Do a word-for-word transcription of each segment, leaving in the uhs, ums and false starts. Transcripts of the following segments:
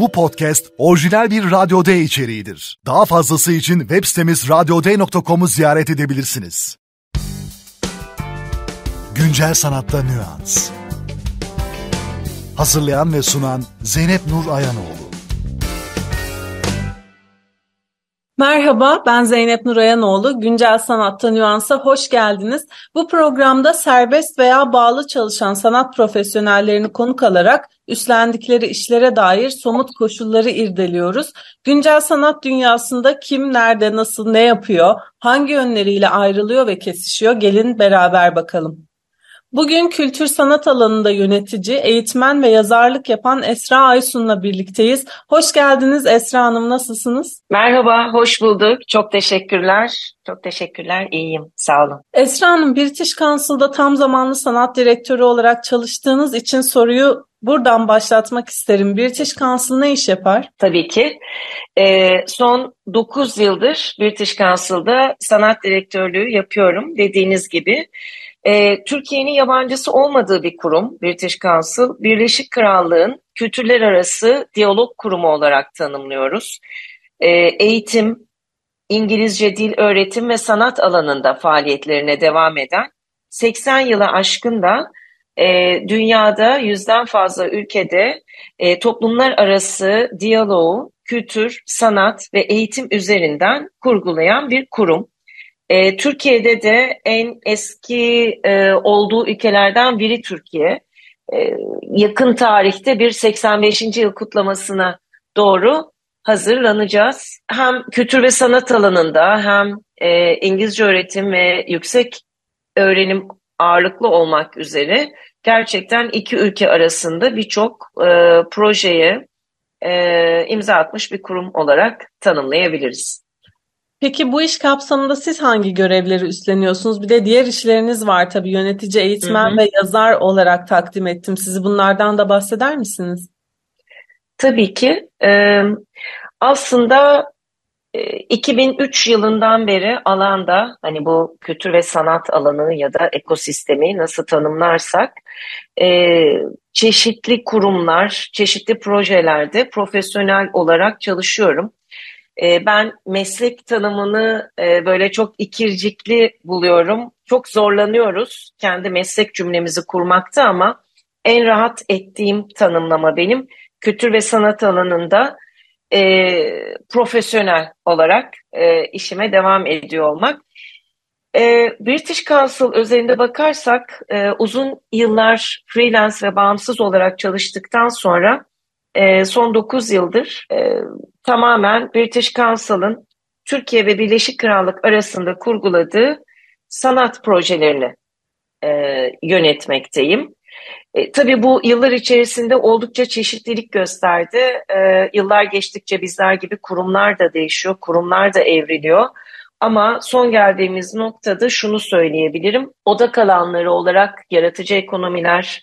Bu podcast orijinal bir Radyo D içeriğidir. Daha fazlası için web sitemiz radyo d nokta com'u ziyaret edebilirsiniz. Güncel sanatta nüans. Hazırlayan ve sunan Zeynep Nur Ayanoğlu. Merhaba, ben Zeynep Nur Ayanoğlu. Güncel Sanatta Nüans'a hoş geldiniz. Bu programda serbest veya bağlı çalışan sanat profesyonellerini konuk alarak üstlendikleri işlere dair somut koşulları irdeliyoruz. Güncel sanat dünyasında kim, nerede, nasıl, ne yapıyor, hangi yönleriyle ayrılıyor ve kesişiyor? Gelin beraber bakalım. Bugün kültür sanat alanında yönetici, eğitmen ve yazarlık yapan Esra Aysun'la birlikteyiz. Hoş geldiniz Esra Hanım, nasılsınız? Merhaba, hoş bulduk. Çok teşekkürler. Çok teşekkürler, iyiyim. Sağ olun. Esra Hanım, British Council'da tam zamanlı sanat direktörü olarak çalıştığınız için soruyu buradan başlatmak isterim. British Council ne iş yapar? Tabii ki. Ee, son dokuz yıldır British Council'da sanat direktörlüğü yapıyorum. Dediğiniz gibi. Ee, Türkiye'nin yabancısı olmadığı bir kurum British Council. Birleşik Krallığın kültürler arası diyalog kurumu olarak tanımlıyoruz. Ee, eğitim, İngilizce dil öğretim ve sanat alanında faaliyetlerine devam eden seksen yıla aşkın da e, dünyada yüzden fazla ülkede e, toplumlar arası diyaloğu, kültür, sanat ve eğitim üzerinden kurgulayan bir kurum. E, Türkiye'de de en eski e, olduğu ülkelerden biri Türkiye. E, yakın tarihte bir seksen beşinci yıl kutlamasına doğru hazırlanacağız. Hem kültür ve sanat alanında hem e, İngilizce öğretim ve yüksek öğrenim ağırlıklı olmak üzere gerçekten iki ülke arasında birçok e, projeye e, imza atmış bir kurum olarak tanımlayabiliriz. Peki bu iş kapsamında siz hangi görevleri üstleniyorsunuz? Bir de diğer işleriniz var tabii, yönetici, eğitmen hı hı. ve yazar olarak takdim ettim sizi. Bunlardan da bahseder misiniz? Tabii ki. Ee, aslında e, iki bin üç yılından beri alanda, hani bu kültür ve sanat alanı ya da ekosistemi nasıl tanımlarsak, e, çeşitli kurumlar, çeşitli projelerde profesyonel olarak çalışıyorum. Ben meslek tanımını böyle çok ikircikli buluyorum. Çok zorlanıyoruz kendi meslek cümlemizi kurmakta ama en rahat ettiğim tanımlama benim kültür ve sanat alanında e, profesyonel olarak e, işime devam ediyor olmak. E, British Council özelinde bakarsak e, uzun yıllar freelance ve bağımsız olarak çalıştıktan sonra E, son dokuz yıldır e, tamamen British Council'ın Türkiye ve Birleşik Krallık arasında kurguladığı sanat projelerini e, yönetmekteyim. E, tabii bu yıllar içerisinde oldukça çeşitlilik gösterdi. E, yıllar geçtikçe bizler gibi kurumlar da değişiyor, kurumlar da evriliyor. Ama son geldiğimiz noktada şunu söyleyebilirim. Odak alanları olarak yaratıcı ekonomiler,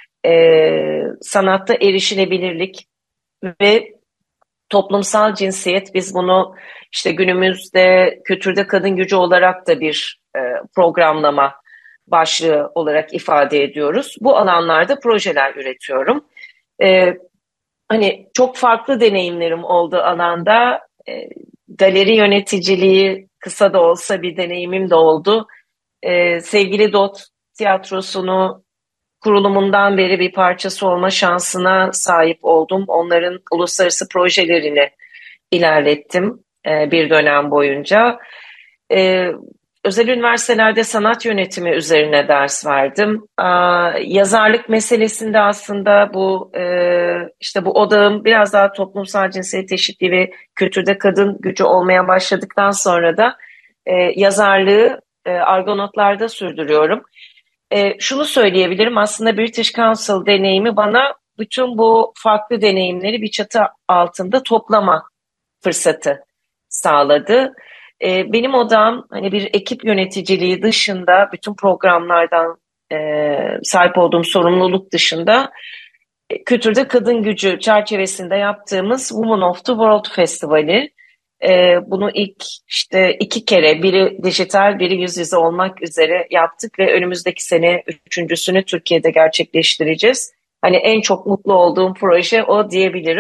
e, sanatta erişilebilirlik ve toplumsal cinsiyet, biz bunu işte günümüzde kültürde kadın gücü olarak da bir e, programlama başlığı olarak ifade ediyoruz. Bu alanlarda projeler üretiyorum. E, hani çok farklı deneyimlerim oldu alanda. E, galeri yöneticiliği kısa da olsa bir deneyimim de oldu. E, sevgili D O T tiyatrosunu kurulumundan beri bir parçası olma şansına sahip oldum. Onların uluslararası projelerini ilerlettim e, bir dönem boyunca. E, özel üniversitelerde sanat yönetimi üzerine ders verdim. E, yazarlık meselesinde aslında bu e, işte bu odağım biraz daha toplumsal cinsiyet eşitliği ve kültürde kadın gücü olmaya başladıktan sonra da e, yazarlığı e, Argonautlar'da sürdürüyorum. E, şunu söyleyebilirim, aslında British Council deneyimi bana bütün bu farklı deneyimleri bir çatı altında toplama fırsatı sağladı. E, benim odam hani bir ekip yöneticiliği dışında, bütün programlardan e, sahip olduğum sorumluluk dışında e, kültürde kadın gücü çerçevesinde yaptığımız Women of the World Festivali. Ee, bunu ilk işte iki kere, biri dijital biri yüz yüze olmak üzere yaptık ve önümüzdeki sene üçüncüsünü Türkiye'de gerçekleştireceğiz. Hani en çok mutlu olduğum proje o diyebilirim.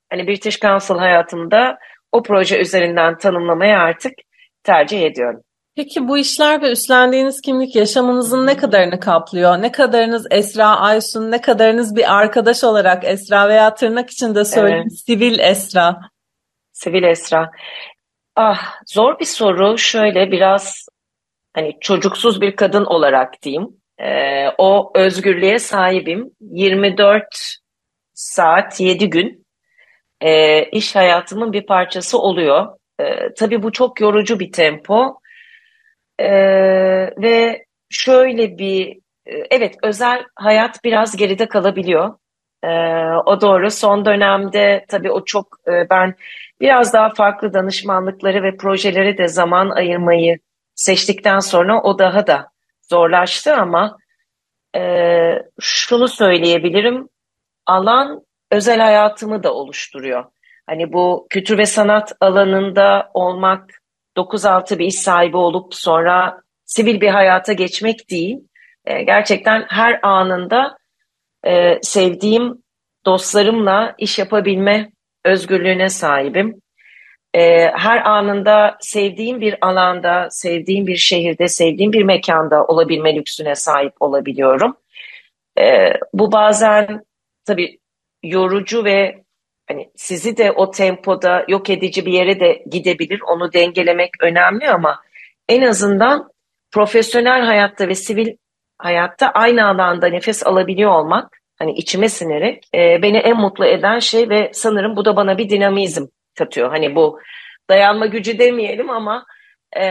hani British Council hayatımda o proje üzerinden tanımlamayı artık tercih ediyorum. Peki bu işler ve üstlendiğiniz kimlik yaşamınızın ne kadarını kaplıyor? Ne kadarınız Esra Aysun, ne kadarınız bir arkadaş olarak Esra veya tırnak içinde söyleyeyim Evet, sivil Esra? sivil Esra. Ah, zor bir soru. Şöyle biraz hani çocuksuz bir kadın olarak diyeyim. Ee, o özgürlüğe sahibim. yirmi dört saat yedi gün e, iş hayatımın bir parçası oluyor. Ee, tabii bu çok yorucu bir tempo. Ee, ve şöyle bir e, evet, özel hayat biraz geride kalabiliyor. Ee, o doğru. Son dönemde tabii o çok e, ben biraz daha farklı danışmanlıkları ve projelere de zaman ayırmayı seçtikten sonra o daha da zorlaştı ama e, şunu söyleyebilirim. Alan özel hayatımı da oluşturuyor. Hani bu kültür ve sanat alanında olmak, dokuz altı bir iş sahibi olup sonra sivil bir hayata geçmek değil. E, gerçekten her anında e, sevdiğim dostlarımla iş yapabilme özgürlüğüne sahibim. E, her anında sevdiğim bir alanda, sevdiğim bir şehirde, sevdiğim bir mekanda olabilme lüksüne sahip olabiliyorum. E, bu bazen tabii yorucu ve hani sizi de o tempoda yok edici bir yere de gidebilir. Onu dengelemek önemli ama en azından profesyonel hayatta ve sivil hayatta aynı alanda nefes alabiliyor olmak, hani içime sinerek e, beni en mutlu eden şey ve sanırım bu da bana bir dinamizm katıyor. Hani bu dayanma gücü demeyelim ama e,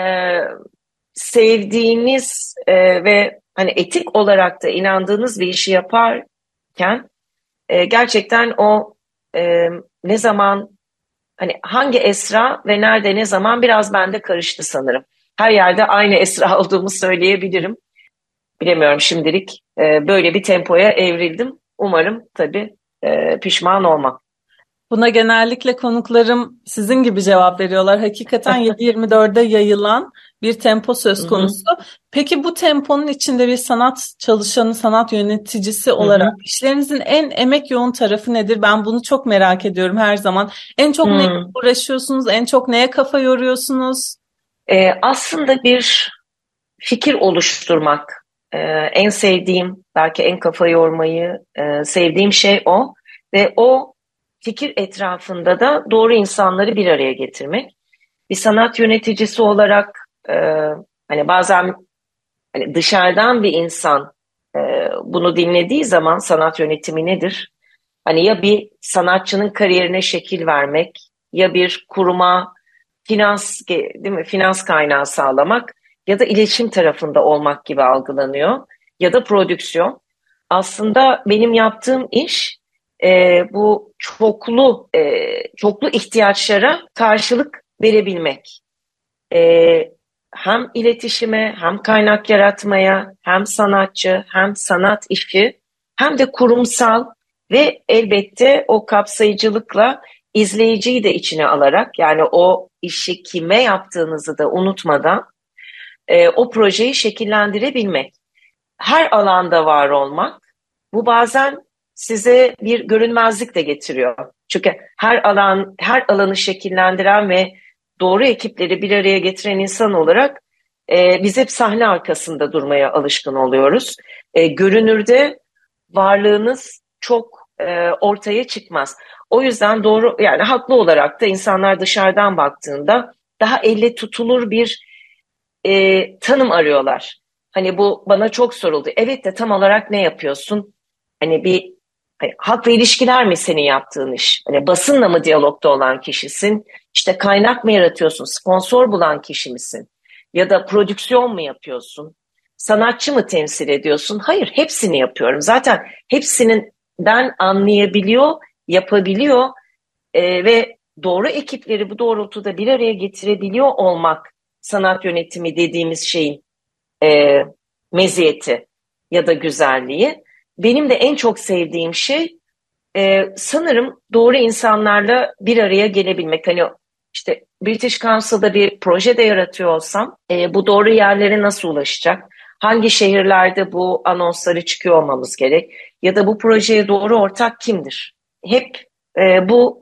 sevdiğiniz e, ve hani etik olarak da inandığınız bir işi yaparken e, gerçekten o e, ne zaman hani hangi Esra ve nerede ne zaman biraz bende karıştı sanırım. Her yerde aynı Esra olduğumu söyleyebilirim. Bilemiyorum şimdilik e, böyle bir tempoya evrildim. Umarım tabii e, pişman olmam. Buna genellikle konuklarım sizin gibi cevap veriyorlar. Hakikaten yedi yirmi dörde yayılan bir tempo Hı söz hı, konusu. Peki bu temponun içinde bir sanat çalışanı, sanat yöneticisi hı olarak hı, işlerinizin en emek yoğun tarafı nedir? Ben bunu çok merak ediyorum her zaman. En çok neye hı. uğraşıyorsunuz? En çok neye kafa yoruyorsunuz? E, aslında bir fikir oluşturmak. Ee, en sevdiğim, belki en kafa yormayı e, sevdiğim şey o. Ve o fikir etrafında da doğru insanları bir araya getirmek. Bir sanat yöneticisi olarak e, hani bazen hani dışarıdan bir insan e, bunu dinlediği zaman sanat yönetimi nedir? Hani ya bir sanatçının kariyerine şekil vermek, ya bir kuruma finans, değil mi, finans kaynağı sağlamak ya da iletişim tarafında olmak gibi algılanıyor ya da prodüksiyon. Aslında benim yaptığım iş e, bu çoklu e, çoklu ihtiyaçlara karşılık verebilmek. E, hem iletişime, hem kaynak yaratmaya, hem sanatçı, hem sanat işi, hem de kurumsal ve elbette o kapsayıcılıkla izleyiciyi de içine alarak, yani o işi kime yaptığınızı da unutmadan e, o projeyi şekillendirebilmek. Her alanda var olmak, bu bazen size bir görünmezlik de getiriyor. Çünkü her alan, her alanı şekillendiren ve doğru ekipleri bir araya getiren insan olarak e, biz hep sahne arkasında durmaya alışkın oluyoruz. E, görünürde varlığınız çok e, ortaya çıkmaz. O yüzden doğru, yani haklı olarak da insanlar dışarıdan baktığında daha elle tutulur bir e, tanım arıyorlar. Hani bu bana çok soruldu. Evet de tam olarak ne yapıyorsun? Hani bir hani, halkla ilişkiler mi senin yaptığın iş? Hani basınla mı diyalogda olan kişisin? İşte kaynak mı yaratıyorsun? Sponsor bulan kişi misin? Ya da prodüksiyon mu yapıyorsun? Sanatçı mı temsil ediyorsun? Hayır, hepsini yapıyorum. Zaten hepsinden anlayabiliyor, yapabiliyor e, ve doğru ekipleri bu doğrultuda bir araya getirebiliyor olmak sanat yönetimi dediğimiz şeyin e, meziyeti ya da güzelliği. Benim de en çok sevdiğim şey e, sanırım doğru insanlarla bir araya gelebilmek. Hani işte British Council'da bir projede yaratıyor olsam e, bu doğru yerlere nasıl ulaşacak? Hangi şehirlerde bu anonsları çıkıyor olmamız gerek? Ya da bu projeye doğru ortak kimdir? Hep e, bu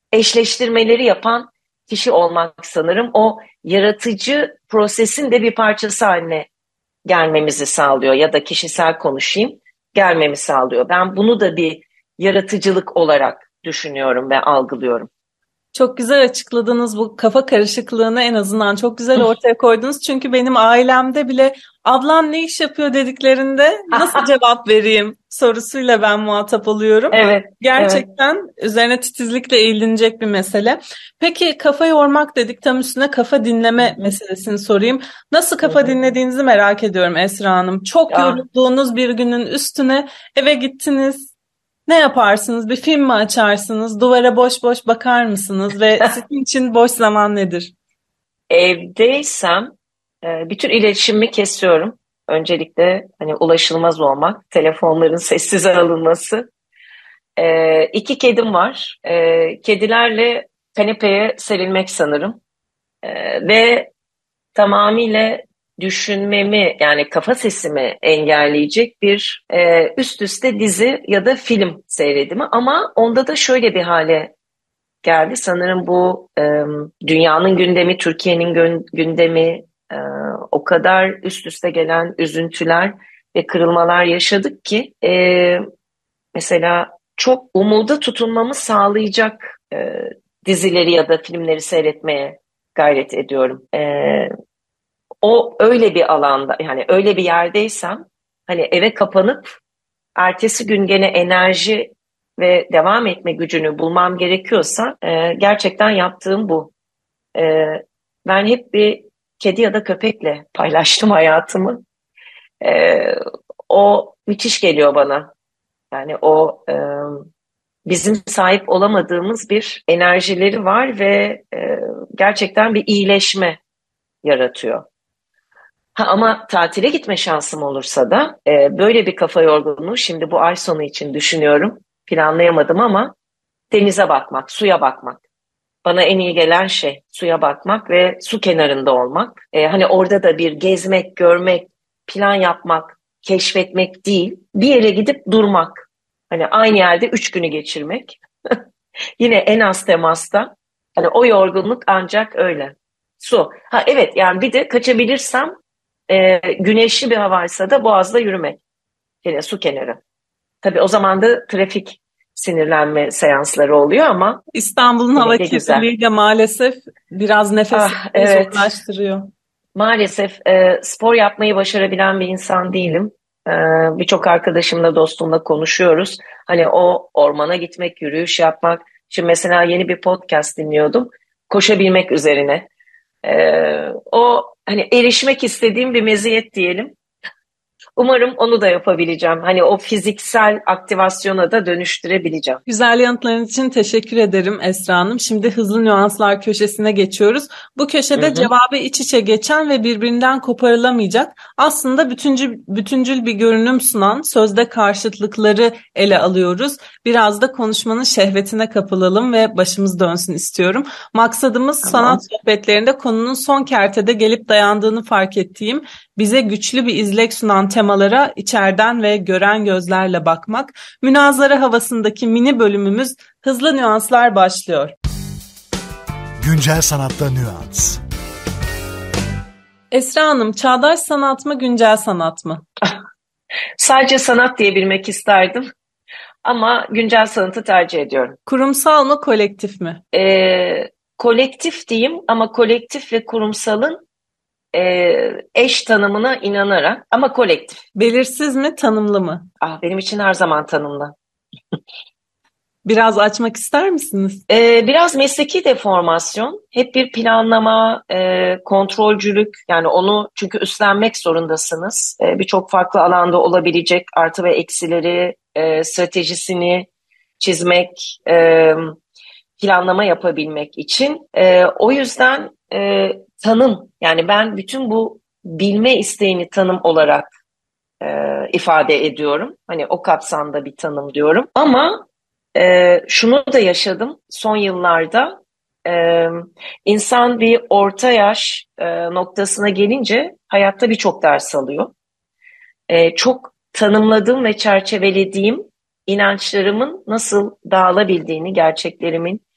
eşleştirmeleri yapan kişi olmak sanırım. O yaratıcı prosesin de bir parçası haline gelmemizi sağlıyor ya da kişisel konuşayım gelmemi sağlıyor. Ben bunu da bir yaratıcılık olarak düşünüyorum ve algılıyorum. Çok güzel açıkladınız bu kafa karışıklığını, en azından çok güzel ortaya koydunuz. Çünkü benim ailemde bile ablan ne iş yapıyor dediklerinde nasıl cevap vereyim sorusuyla ben muhatap oluyorum. Evet, Gerçekten evet. üzerine titizlikle eğilinecek bir mesele. Peki kafa yormak dedik, tam üstüne kafa dinleme Hı-hı. meselesini sorayım. Nasıl kafa Hı-hı. dinlediğinizi merak ediyorum Esra Hanım. Çok ya. yorulduğunuz bir günün üstüne eve gittiniz. Ne yaparsınız? Bir film mi açarsınız? Duvara boş boş bakar mısınız? Ve sizin için boş zaman nedir? Evdeysem e, bütün iletişimimi kesiyorum. Öncelikle hani ulaşılmaz olmak, telefonların sessize alınması. E, iki kedim var. E, kedilerle kanepeye serilmek sanırım. E, ve tamamıyla düşünmemi, yani kafa sesimi engelleyecek bir e, üst üste dizi ya da film seyredimi. Ama onda da şöyle bir hale geldi. Sanırım bu e, dünyanın gündemi, Türkiye'nin gö- gündemi, e, o kadar üst üste gelen üzüntüler ve kırılmalar yaşadık ki e, mesela çok umuda tutunmamı sağlayacak e, dizileri ya da filmleri seyretmeye gayret ediyorum. E, o öyle bir alanda, yani öyle bir yerdeysem hani eve kapanıp ertesi gün gene enerji ve devam etme gücünü bulmam gerekiyorsa e, gerçekten yaptığım bu. E, ben hep bir kedi ya da köpekle paylaştım hayatımı. E, o müthiş geliyor bana. Yani o e, bizim sahip olamadığımız bir enerjileri var ve e, gerçekten bir iyileşme yaratıyor. Ha, ama tatile gitme şansım olursa da e, böyle bir kafa yorgunluğu şimdi bu ay sonu için düşünüyorum. Planlayamadım ama denize bakmak, suya bakmak. Bana en iyi gelen şey suya bakmak ve su kenarında olmak. E, hani orada da bir gezmek, görmek, plan yapmak, keşfetmek değil. Bir yere gidip durmak. Hani aynı yerde üç günü geçirmek. Yine en az temasta. Hani o yorgunluk ancak öyle. Su. Ha evet, yani bir de kaçabilirsem e, güneşli bir havaysa da Boğaz'da yürümek. Yine su kenarı. Tabii o zaman da trafik sinirlenme seansları oluyor ama İstanbul'un hava kirliliği de maalesef biraz nefes ah, evet. zorlaştırıyor. Maalesef e, spor yapmayı başarabilen bir insan değilim. E, Birçok arkadaşımla, dostumla konuşuyoruz. Hani o ormana gitmek, yürüyüş yapmak. Şimdi mesela yeni bir podcast dinliyordum. Koşabilmek üzerine. E, o hani erişmek istediğim bir meziyet diyelim. Umarım onu da yapabileceğim. Hani o fiziksel aktivasyona da dönüştürebileceğim. Güzel yanıtlarınız için teşekkür ederim Esra Hanım. Şimdi hızlı nüanslar köşesine geçiyoruz. Bu köşede hı hı. cevabı iç içe geçen ve birbirinden koparılamayacak, aslında bütüncül, bütüncül bir görünüm sunan sözde karşıtlıkları ele alıyoruz. Biraz da konuşmanın şehvetine kapılalım ve başımız dönsün istiyorum. Maksadımız tamam. Sanat sohbetlerinde konunun son kertede gelip dayandığını fark ettiğim, bize güçlü bir izlek sunan temalara içeriden ve gören gözlerle bakmak. Münazara havasındaki mini bölümümüz Hızlı Nüanslar başlıyor. Güncel sanatta nüans. Esra Hanım, çağdaş sanat mı, güncel sanat mı? Sadece sanat diyebilmek isterdim ama güncel sanatı tercih ediyorum. Kurumsal mı, kolektif mi? Ee, kolektif diyeyim ama kolektif ve kurumsalın e, eş tanımına inanarak, ama kolektif. Belirsiz mi, tanımlı mı? Ah, benim için her zaman tanımlı. Biraz açmak ister misiniz? Ee, biraz mesleki deformasyon, hep bir planlama, e, kontrolcülük, yani onu çünkü üstlenmek zorundasınız. E, Birçok farklı alanda olabilecek artı ve eksileri, e, stratejisini çizmek, e, planlama yapabilmek için. E, o yüzden e, tanım, yani ben bütün bu bilme isteğini tanım olarak e, ifade ediyorum. Hani o kapsamda bir tanım diyorum. Ama e, şunu da yaşadım son yıllarda. E, insan bir orta yaş e, noktasına gelince hayatta birçok ders alıyor. E, çok tanımladığım ve çerçevelediğim inançlarımın nasıl dağılabildiğini, gerçeklerimin,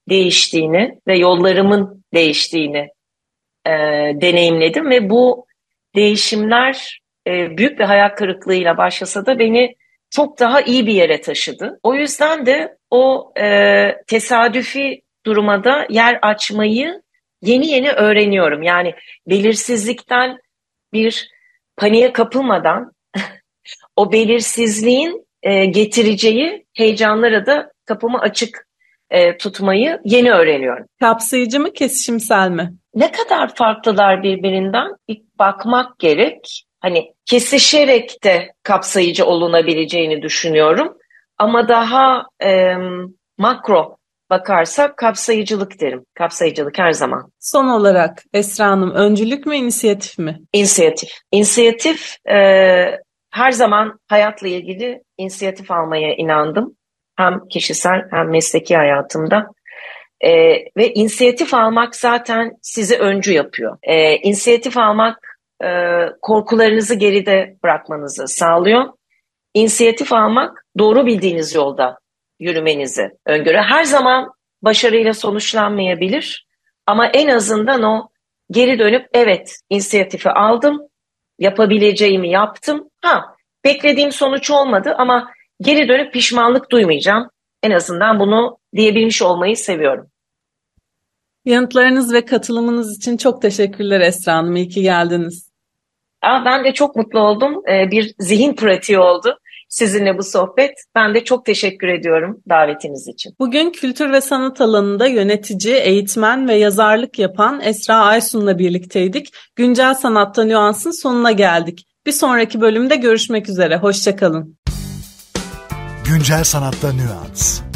değiştiğini ve yollarımın değiştiğini e, deneyimledim ve bu değişimler e, büyük bir hayal kırıklığıyla başlasa da beni çok daha iyi bir yere taşıdı. O yüzden de o e, tesadüfi duruma da yer açmayı yeni yeni öğreniyorum. Yani belirsizlikten bir paniğe kapılmadan o belirsizliğin e, getireceği heyecanlara da kapımı açık e, tutmayı yeni öğreniyorum. Kapsayıcı mı, kesişimsel mi? Ne kadar farklılar birbirinden bir bakmak gerek. Hani kesişerek de kapsayıcı olunabileceğini düşünüyorum. Ama daha e, makro bakarsak kapsayıcılık derim. Kapsayıcılık her zaman. Son olarak Esra Hanım, öncülük mü, inisiyatif mi? İnisiyatif. İnisiyatif e, her zaman hayatla ilgili inisiyatif almaya inandım. Hem kişisel hem mesleki hayatımda. E, ve inisiyatif almak zaten sizi öncü yapıyor. E, inisiyatif almak e, korkularınızı geride bırakmanızı sağlıyor. İnisiyatif almak doğru bildiğiniz yolda yürümenizi öngörüyor. Her zaman başarıyla sonuçlanmayabilir ama en azından o geri dönüp evet inisiyatifi aldım, yapabileceğimi yaptım. Ha, beklediğim sonuç olmadı ama geri dönüp pişmanlık duymayacağım. En azından bunu diyebilmiş olmayı seviyorum. Yanıtlarınız ve katılımınız için çok teşekkürler Esra Hanım. İyi ki geldiniz. Aa, ben de çok mutlu oldum. Ee, bir zihin pratiği oldu sizinle bu sohbet. Ben de çok teşekkür ediyorum davetiniz için. Bugün kültür ve sanat alanında yönetici, eğitmen ve yazarlık yapan Esra Aysun'la birlikteydik. Güncel Sanatta Nüans'ın sonuna geldik. Bir sonraki bölümde görüşmek üzere. Hoşça kalın. Güncel Sanatta Nüans.